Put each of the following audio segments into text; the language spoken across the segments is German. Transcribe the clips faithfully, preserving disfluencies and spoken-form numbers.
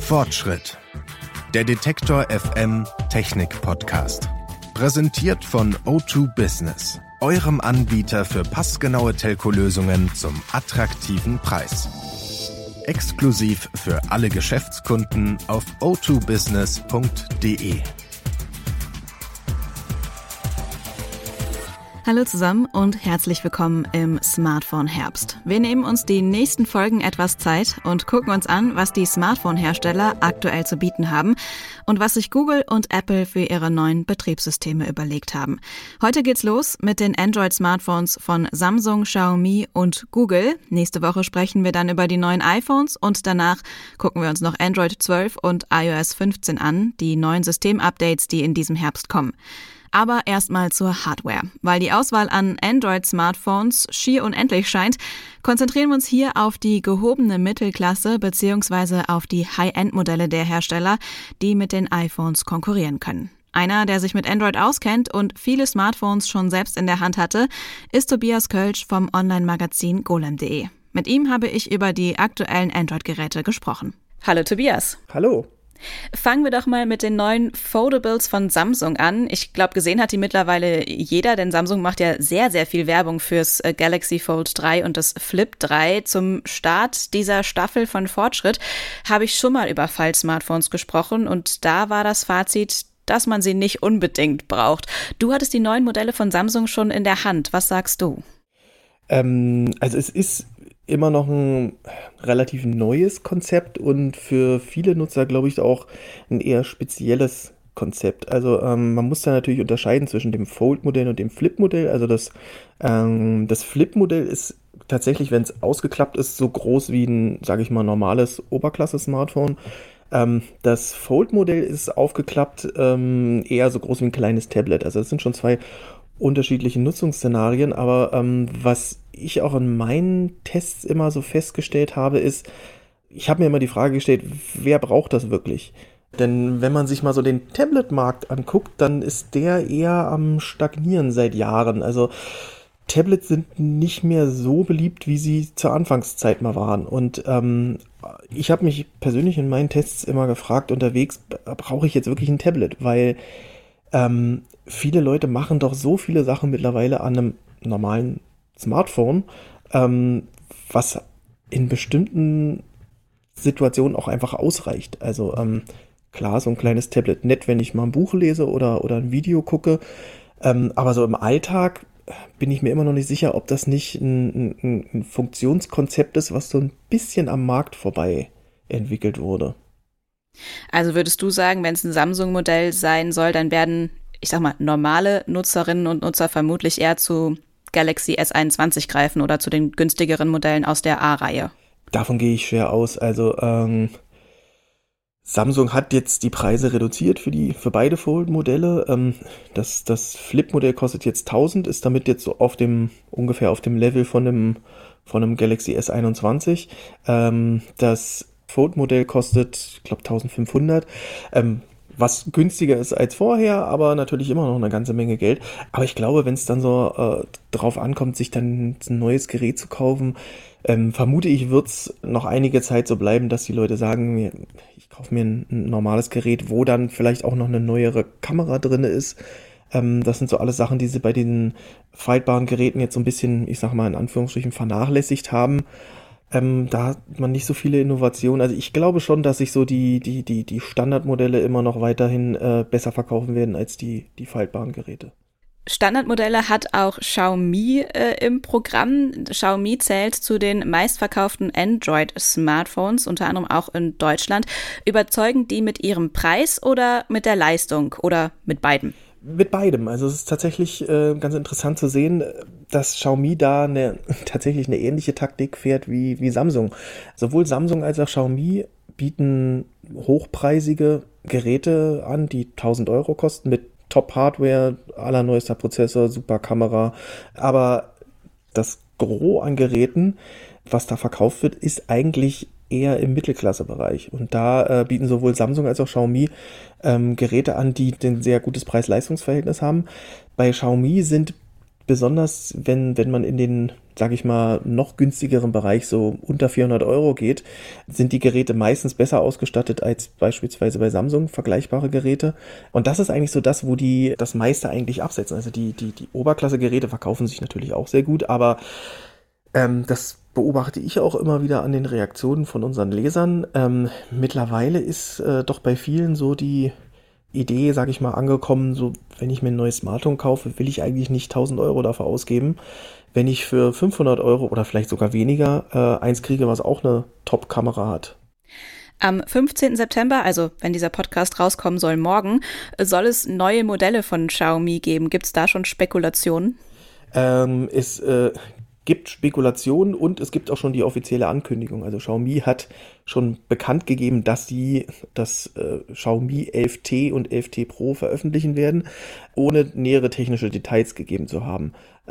Fortschritt. Der Detektor F M Technik-Podcast. Präsentiert von O zwei Business, eurem Anbieter für passgenaue Telco-Lösungen zum attraktiven Preis. Exklusiv für alle Geschäftskunden auf o zwei business punkt de. Hallo zusammen und herzlich willkommen im Smartphone-Herbst. Wir nehmen uns die nächsten Folgen etwas Zeit und gucken uns an, was die Smartphone-Hersteller aktuell zu bieten haben und was sich Google und Apple für ihre neuen Betriebssysteme überlegt haben. Heute geht's los mit den Android-Smartphones von Samsung, Xiaomi und Google. Nächste Woche sprechen wir dann über die neuen iPhones und danach gucken wir uns noch Android zwölf und i O S fünfzehn an, die neuen Systemupdates, die in diesem Herbst kommen. Aber erstmal zur Hardware. Weil die Auswahl an Android-Smartphones schier unendlich scheint, konzentrieren wir uns hier auf die gehobene Mittelklasse bzw. auf die High-End-Modelle der Hersteller, die mit den iPhones konkurrieren können. Einer, der sich mit Android auskennt und viele Smartphones schon selbst in der Hand hatte, ist Tobias Kölsch vom Online-Magazin golem punkt de. Mit ihm habe ich über die aktuellen Android-Geräte gesprochen. Hallo Tobias. Hallo. Fangen wir doch mal mit den neuen Foldables von Samsung an. Ich glaube, gesehen hat die mittlerweile jeder, denn Samsung macht ja sehr, sehr viel Werbung fürs Galaxy Fold drei und das Flip drei. Zum Start dieser Staffel von Fortschritt habe ich schon mal über Fall-Smartphones gesprochen und da war das Fazit, dass man sie nicht unbedingt braucht. Du hattest die neuen Modelle von Samsung schon in der Hand. Was sagst du? Ähm, also es ist immer noch ein relativ neues Konzept und für viele Nutzer, glaube ich, auch ein eher spezielles Konzept. Also ähm, man muss da natürlich unterscheiden zwischen dem Fold-Modell und dem Flip-Modell. Also das, ähm, das Flip-Modell ist tatsächlich, wenn es ausgeklappt ist, so groß wie ein, sage ich mal, normales Oberklasse-Smartphone. Ähm, das Fold-Modell ist aufgeklappt ähm, eher so groß wie ein kleines Tablet. Also das sind schon zwei unterschiedliche Nutzungsszenarien, aber ähm, was ich auch in meinen Tests immer so festgestellt habe, ist, ich habe mir immer die Frage gestellt, wer braucht das wirklich? Denn wenn man sich mal so den Tablet-Markt anguckt, dann ist der eher am Stagnieren seit Jahren. Also Tablets sind nicht mehr so beliebt, wie sie zur Anfangszeit mal waren. Und ähm, ich habe mich persönlich in meinen Tests immer gefragt, unterwegs, brauche ich jetzt wirklich ein Tablet? Weil ähm, viele Leute machen doch so viele Sachen mittlerweile an einem normalen Smartphone, ähm, was in bestimmten Situationen auch einfach ausreicht. Also ähm, klar, so ein kleines Tablet nett, wenn ich mal ein Buch lese oder, oder ein Video gucke, ähm, aber so im Alltag bin ich mir immer noch nicht sicher, ob das nicht ein, ein, ein Funktionskonzept ist, was so ein bisschen am Markt vorbei entwickelt wurde. Also würdest du sagen, wenn es ein Samsung-Modell sein soll, dann werden, ich sag mal, normale Nutzerinnen und Nutzer vermutlich eher zu Galaxy S einundzwanzig greifen oder zu den günstigeren Modellen aus der A-Reihe? Davon gehe ich schwer aus. Also ähm, Samsung hat jetzt die Preise reduziert für die für beide Fold-Modelle. Ähm, das das Flip-Modell kostet jetzt tausend, ist damit jetzt so auf dem ungefähr auf dem Level von einem von einem Galaxy S einundzwanzig. Ähm, das Fold-Modell kostet, ich glaube, eintausendfünfhundert. Ähm, was günstiger ist als vorher, aber natürlich immer noch eine ganze Menge Geld. Aber ich glaube, wenn es dann so äh, drauf ankommt, sich dann ein neues Gerät zu kaufen, ähm, vermute ich, wird es noch einige Zeit so bleiben, dass die Leute sagen, ich kaufe mir ein, ein normales Gerät, wo dann vielleicht auch noch eine neuere Kamera drin ist. Ähm, das sind so alles Sachen, die sie bei den faltbaren Geräten jetzt so ein bisschen, ich sag mal in Anführungsstrichen, vernachlässigt haben. Ähm, da hat man nicht so viele Innovationen. Also ich glaube schon, dass sich so die, die, die, die Standardmodelle immer noch weiterhin äh, besser verkaufen werden als die, die faltbaren Geräte. Standardmodelle hat auch Xiaomi äh, im Programm. Xiaomi zählt zu den meistverkauften Android-Smartphones, unter anderem auch in Deutschland. Überzeugen die mit ihrem Preis oder mit der Leistung oder mit beidem? Mit beidem. Also es ist tatsächlich äh, ganz interessant zu sehen, dass Xiaomi da eine, tatsächlich eine ähnliche Taktik fährt wie, wie Samsung. Sowohl Samsung als auch Xiaomi bieten hochpreisige Geräte an, die tausend Euro kosten, mit Top-Hardware, allerneuester Prozessor, super Kamera. Aber das Gros an Geräten, was da verkauft wird, ist eigentlich eher im Mittelklassebereich. Und da äh, bieten sowohl Samsung als auch Xiaomi ähm, Geräte an, die ein sehr gutes Preis-Leistungs-Verhältnis haben. Bei Xiaomi sind besonders wenn, wenn man in den, sage ich mal, noch günstigeren Bereich, so unter vierhundert Euro geht, sind die Geräte meistens besser ausgestattet als beispielsweise bei Samsung vergleichbare Geräte. Und das ist eigentlich so das, wo die das meiste eigentlich absetzen. Also die, die, die Oberklasse-Geräte verkaufen sich natürlich auch sehr gut, aber ähm, das beobachte ich auch immer wieder an den Reaktionen von unseren Lesern. Ähm, mittlerweile ist äh, doch bei vielen so die Idee, sage ich mal, angekommen, so wenn ich mir ein neues Smartphone kaufe, will ich eigentlich nicht tausend Euro dafür ausgeben. Wenn ich für fünfhundert Euro oder vielleicht sogar weniger äh, eins kriege, was auch eine Top-Kamera hat. Am fünfzehnten September, also wenn dieser Podcast rauskommen soll, morgen, soll es neue Modelle von Xiaomi geben. Gibt es da schon Spekulationen? Ähm, es äh, gibt Spekulationen und es gibt auch schon die offizielle Ankündigung. Also Xiaomi hat schon bekannt gegeben, dass sie das äh, Xiaomi elf T und elf T Pro veröffentlichen werden, ohne nähere technische Details gegeben zu haben.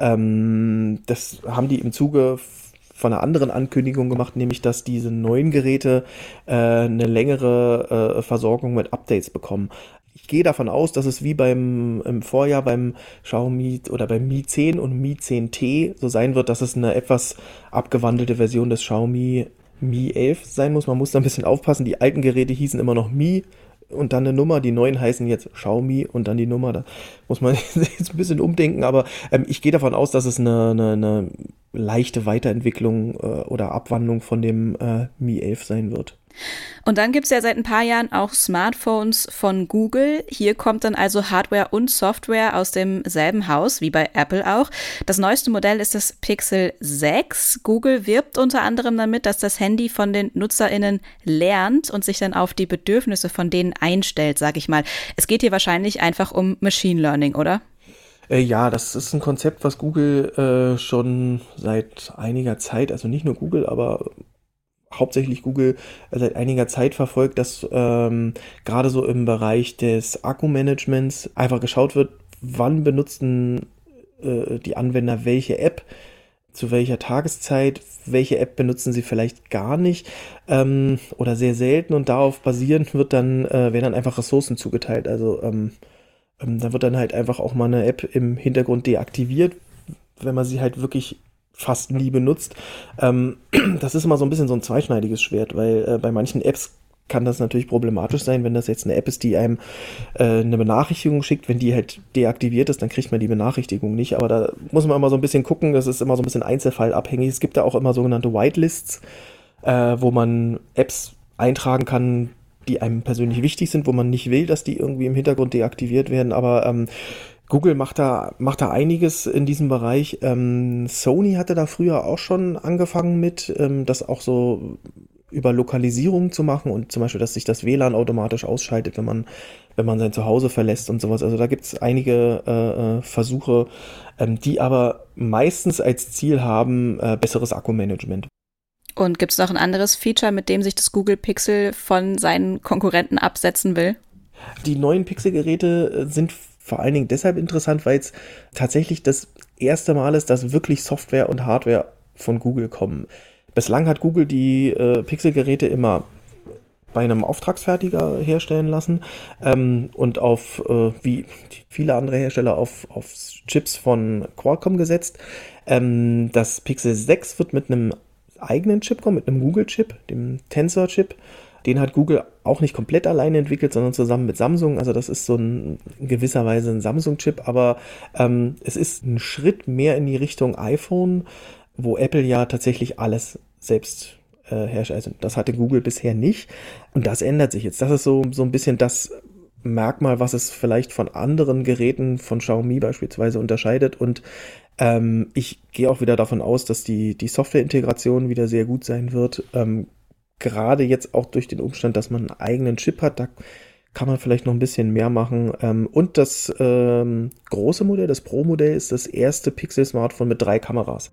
Ähm, das haben die im Zuge von einer anderen Ankündigung gemacht, nämlich dass diese neuen Geräte äh, eine längere äh, Versorgung mit Updates bekommen. Ich gehe davon aus, dass es wie beim im Vorjahr beim Xiaomi oder beim Mi zehn und Mi zehn T so sein wird, dass es eine etwas abgewandelte Version des Xiaomi Mi elf sein muss. Man muss da ein bisschen aufpassen. Die alten Geräte hießen immer noch Mi und dann eine Nummer. Die neuen heißen jetzt Xiaomi und dann die Nummer. Da muss man jetzt ein bisschen umdenken, aber ähm, ich gehe davon aus, dass es eine, eine, eine leichte Weiterentwicklung äh, oder Abwandlung von dem äh, Mi elf sein wird. Und dann gibt es ja seit ein paar Jahren auch Smartphones von Google. Hier kommt dann also Hardware und Software aus demselben Haus, wie bei Apple auch. Das neueste Modell ist das Pixel sechs. Google wirbt unter anderem damit, dass das Handy von den NutzerInnen lernt und sich dann auf die Bedürfnisse von denen einstellt, sag ich mal. Es geht hier wahrscheinlich einfach um Machine Learning, oder? Äh, ja, das ist ein Konzept, was Google äh, schon seit einiger Zeit, also nicht nur Google, aber hauptsächlich Google seit einiger Zeit verfolgt, dass ähm, gerade so im Bereich des Akkumanagements einfach geschaut wird, wann benutzen äh, die Anwender welche App, zu welcher Tageszeit, welche App benutzen sie vielleicht gar nicht ähm, oder sehr selten, und darauf basierend wird dann, äh, werden dann einfach Ressourcen zugeteilt. Also ähm, ähm, da wird dann halt einfach auch mal eine App im Hintergrund deaktiviert, wenn man sie halt wirklich fast nie benutzt. Ähm, das ist immer so ein bisschen so ein zweischneidiges Schwert, weil äh, bei manchen Apps kann das natürlich problematisch sein, wenn das jetzt eine App ist, die einem äh, eine Benachrichtigung schickt. Wenn die halt deaktiviert ist, dann kriegt man die Benachrichtigung nicht. Aber da muss man immer so ein bisschen gucken, das ist immer so ein bisschen einzelfallabhängig. Es gibt da auch immer sogenannte Whitelists, äh, wo man Apps eintragen kann, die einem persönlich wichtig sind, wo man nicht will, dass die irgendwie im Hintergrund deaktiviert werden. Aber ähm, Google macht da, macht da einiges in diesem Bereich. Ähm, Sony hatte da früher auch schon angefangen mit, ähm, das auch so über Lokalisierung zu machen und zum Beispiel, dass sich das W L A N automatisch ausschaltet, wenn man, wenn man sein Zuhause verlässt und sowas. Also da gibt es einige äh, Versuche, ähm, die aber meistens als Ziel haben, äh, besseres Akkumanagement. Und gibt es noch ein anderes Feature, mit dem sich das Google Pixel von seinen Konkurrenten absetzen will? Die neuen Pixel-Geräte sind vor allen Dingen deshalb interessant, weil es tatsächlich das erste Mal ist, dass wirklich Software und Hardware von Google kommen. Bislang hat Google die äh, Pixel-Geräte immer bei einem Auftragsfertiger herstellen lassen ähm, und auf, äh, wie viele andere Hersteller, auf, auf Chips von Qualcomm gesetzt. Ähm, das Pixel sechs wird mit einem eigenen Chip kommen, mit einem Google-Chip, dem Tensor-Chip. Den hat Google auch nicht komplett alleine entwickelt, sondern zusammen mit Samsung. Also das ist so ein, in gewisser Weise ein Samsung-Chip, aber ähm, es ist ein Schritt mehr in die Richtung iPhone, wo Apple ja tatsächlich alles selbst äh, herstellt. Also das hatte Google bisher nicht und das ändert sich jetzt. Das ist so, so ein bisschen das Merkmal, was es vielleicht von anderen Geräten, von Xiaomi beispielsweise, unterscheidet. Und ähm, ich gehe auch wieder davon aus, dass die, die Software-Integration wieder sehr gut sein wird. Ähm, Gerade jetzt auch durch den Umstand, dass man einen eigenen Chip hat, da kann man vielleicht noch ein bisschen mehr machen. Und das ähm, große Modell, das Pro-Modell, ist das erste Pixel-Smartphone mit drei Kameras.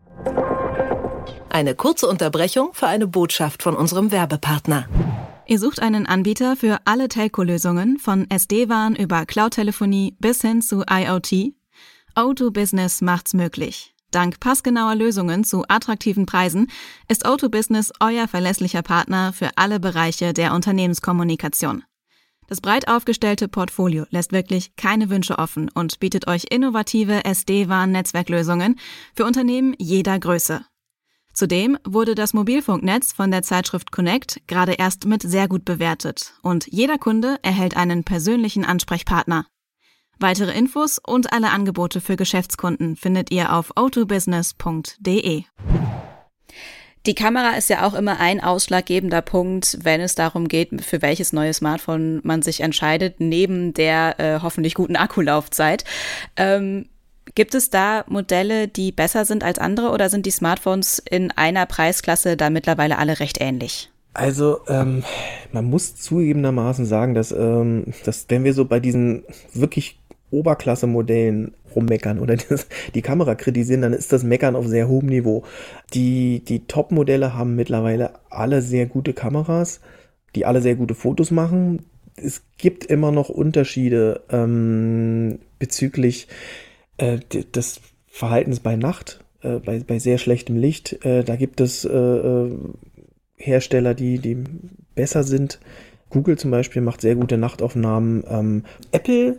Eine kurze Unterbrechung für eine Botschaft von unserem Werbepartner. Ihr sucht einen Anbieter für alle Telco-Lösungen, von S D-WAN über Cloud-Telefonie bis hin zu I O T? O zwei Business macht's möglich. Dank passgenauer Lösungen zu attraktiven Preisen ist O zwei Business euer verlässlicher Partner für alle Bereiche der Unternehmenskommunikation. Das breit aufgestellte Portfolio lässt wirklich keine Wünsche offen und bietet euch innovative S D-WAN-Netzwerklösungen für Unternehmen jeder Größe. Zudem wurde das Mobilfunknetz von der Zeitschrift Connect gerade erst mit sehr gut bewertet und jeder Kunde erhält einen persönlichen Ansprechpartner. Weitere Infos und alle Angebote für Geschäftskunden findet ihr auf o zwei business punkt de. Die Kamera ist ja auch immer ein ausschlaggebender Punkt, wenn es darum geht, für welches neue Smartphone man sich entscheidet, neben der äh, hoffentlich guten Akkulaufzeit. Ähm, gibt es da Modelle, die besser sind als andere oder sind die Smartphones in einer Preisklasse da mittlerweile alle recht ähnlich? Also ähm, man muss zugegebenermaßen sagen, dass, ähm, dass wenn wir so bei diesen wirklich Oberklasse-Modellen rummeckern oder das, die Kamera kritisieren, dann ist das Meckern auf sehr hohem Niveau. Die, die Top-Modelle haben mittlerweile alle sehr gute Kameras, die alle sehr gute Fotos machen. Es gibt immer noch Unterschiede ähm, bezüglich äh, des Verhaltens bei Nacht, äh, bei, bei sehr schlechtem Licht. Äh, da gibt es äh, Hersteller, die, die besser sind. Google zum Beispiel macht sehr gute Nachtaufnahmen. Ähm, Apple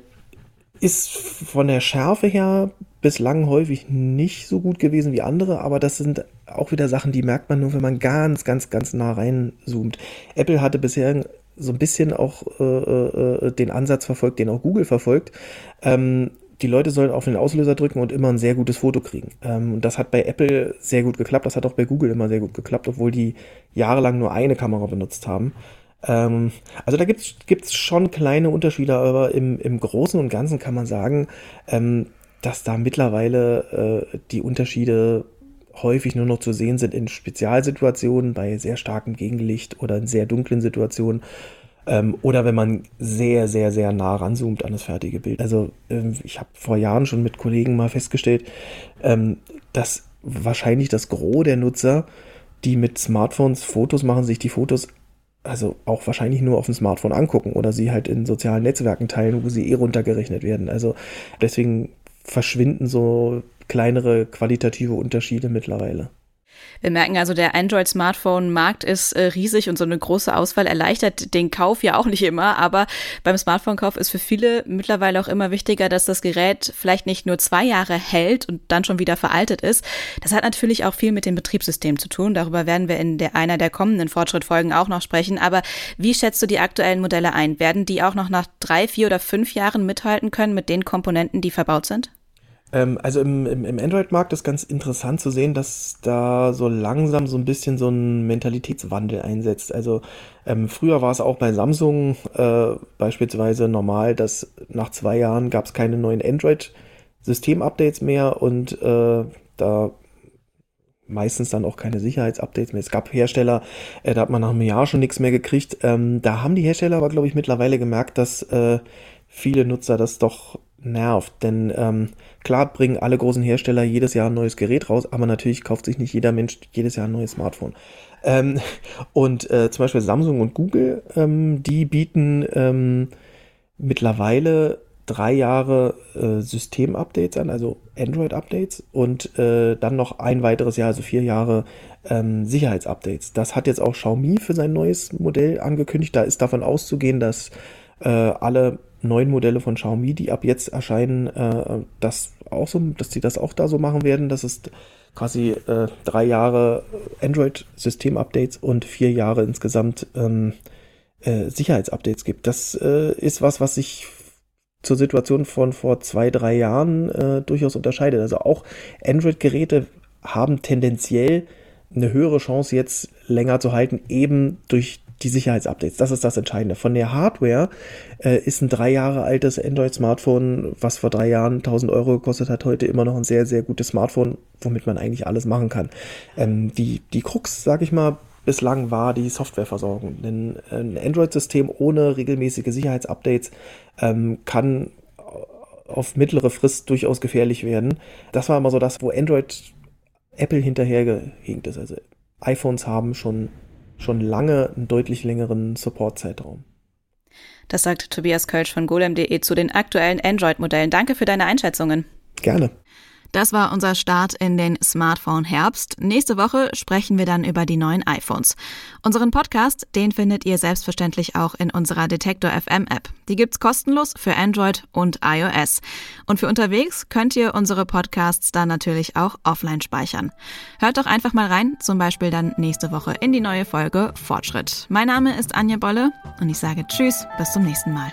ist von der Schärfe her bislang häufig nicht so gut gewesen wie andere, aber das sind auch wieder Sachen, die merkt man nur, wenn man ganz, ganz, ganz nah reinzoomt. Apple hatte bisher so ein bisschen auch äh, äh, den Ansatz verfolgt, den auch Google verfolgt. Ähm, die Leute sollen auf den Auslöser drücken und immer ein sehr gutes Foto kriegen. Ähm, und das hat bei Apple sehr gut geklappt, das hat auch bei Google immer sehr gut geklappt, obwohl die jahrelang nur eine Kamera benutzt haben. Ähm, also da gibt's gibt's schon kleine Unterschiede, aber im, im Großen und Ganzen kann man sagen, ähm, dass da mittlerweile äh, die Unterschiede häufig nur noch zu sehen sind in Spezialsituationen, bei sehr starkem Gegenlicht oder in sehr dunklen Situationen ähm, oder wenn man sehr, sehr, sehr nah ranzoomt an das fertige Bild. Also ähm, ich habe vor Jahren schon mit Kollegen mal festgestellt, ähm, dass wahrscheinlich das Gros der Nutzer, die mit Smartphones Fotos machen, sich die Fotos also auch wahrscheinlich nur auf dem Smartphone angucken oder sie halt in sozialen Netzwerken teilen, wo sie eh runtergerechnet werden. Also deswegen verschwinden so kleinere qualitative Unterschiede mittlerweile. Wir merken also, der Android-Smartphone-Markt ist äh, riesig und so eine große Auswahl erleichtert den Kauf ja auch nicht immer, aber beim Smartphone-Kauf ist für viele mittlerweile auch immer wichtiger, dass das Gerät vielleicht nicht nur zwei Jahre hält und dann schon wieder veraltet ist. Das hat natürlich auch viel mit dem Betriebssystem zu tun. Darüber werden wir in der, einer der kommenden Fortschrittfolgen auch noch sprechen. Aber wie schätzt du die aktuellen Modelle ein? Werden die auch noch nach drei, vier oder fünf Jahren mithalten können mit den Komponenten, die verbaut sind? Also im, im, im Android-Markt ist ganz interessant zu sehen, dass da so langsam so ein bisschen so ein Mentalitätswandel einsetzt. Also ähm, früher war es auch bei Samsung äh, beispielsweise normal, dass nach zwei Jahren gab es keine neuen Android-System-Updates mehr und äh, da meistens dann auch keine Sicherheitsupdates mehr. Es gab Hersteller, äh, da hat man nach einem Jahr schon nichts mehr gekriegt. Ähm, da haben die Hersteller aber, glaube ich, mittlerweile gemerkt, dass äh, viele Nutzer das doch nervt, denn ähm, klar bringen alle großen Hersteller jedes Jahr ein neues Gerät raus, aber natürlich kauft sich nicht jeder Mensch jedes Jahr ein neues Smartphone. Ähm, und äh, zum Beispiel Samsung und Google, ähm, die bieten ähm, mittlerweile drei Jahre äh, System-Updates an, also Android-Updates und äh, dann noch ein weiteres Jahr, also vier Jahre ähm, Sicherheitsupdates. Das hat jetzt auch Xiaomi für sein neues Modell angekündigt. Da ist davon auszugehen, dass äh, alle neuen Modelle von Xiaomi, die ab jetzt erscheinen, äh, das auch so, dass sie das auch da so machen werden, dass es quasi äh, drei Jahre Android-System-Updates und vier Jahre insgesamt ähm, äh, Sicherheitsupdates gibt. Das äh, ist was, was sich zur Situation von vor zwei, drei Jahren äh, durchaus unterscheidet. Also auch Android-Geräte haben tendenziell eine höhere Chance, jetzt länger zu halten, eben durch die Sicherheitsupdates. Das ist das Entscheidende. Von der Hardware äh, ist ein drei Jahre altes Android-Smartphone, was vor drei Jahren tausend Euro gekostet hat, heute immer noch ein sehr, sehr gutes Smartphone, womit man eigentlich alles machen kann. Ähm, die, die Krux, sag ich mal, bislang war die Softwareversorgung. Denn ein Android-System ohne regelmäßige Sicherheitsupdates ähm, kann auf mittlere Frist durchaus gefährlich werden. Das war immer so das, wo Android Apple hinterhergehinkt ist. Also iPhones haben schon schon lange einen deutlich längeren Support-Zeitraum. Das sagt Tobias Kölsch von golem punkt de zu den aktuellen Android-Modellen. Danke für deine Einschätzungen. Gerne. Das war unser Start in den Smartphone-Herbst. Nächste Woche sprechen wir dann über die neuen iPhones. Unseren Podcast, den findet ihr selbstverständlich auch in unserer Detektor F M App. Die gibt's kostenlos für Android und iOS. Und für unterwegs könnt ihr unsere Podcasts dann natürlich auch offline speichern. Hört doch einfach mal rein, zum Beispiel dann nächste Woche in die neue Folge Fortschritt. Mein Name ist Anja Bolle und ich sage Tschüss, bis zum nächsten Mal.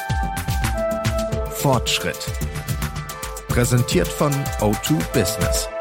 Fortschritt. Präsentiert von O zwei Business.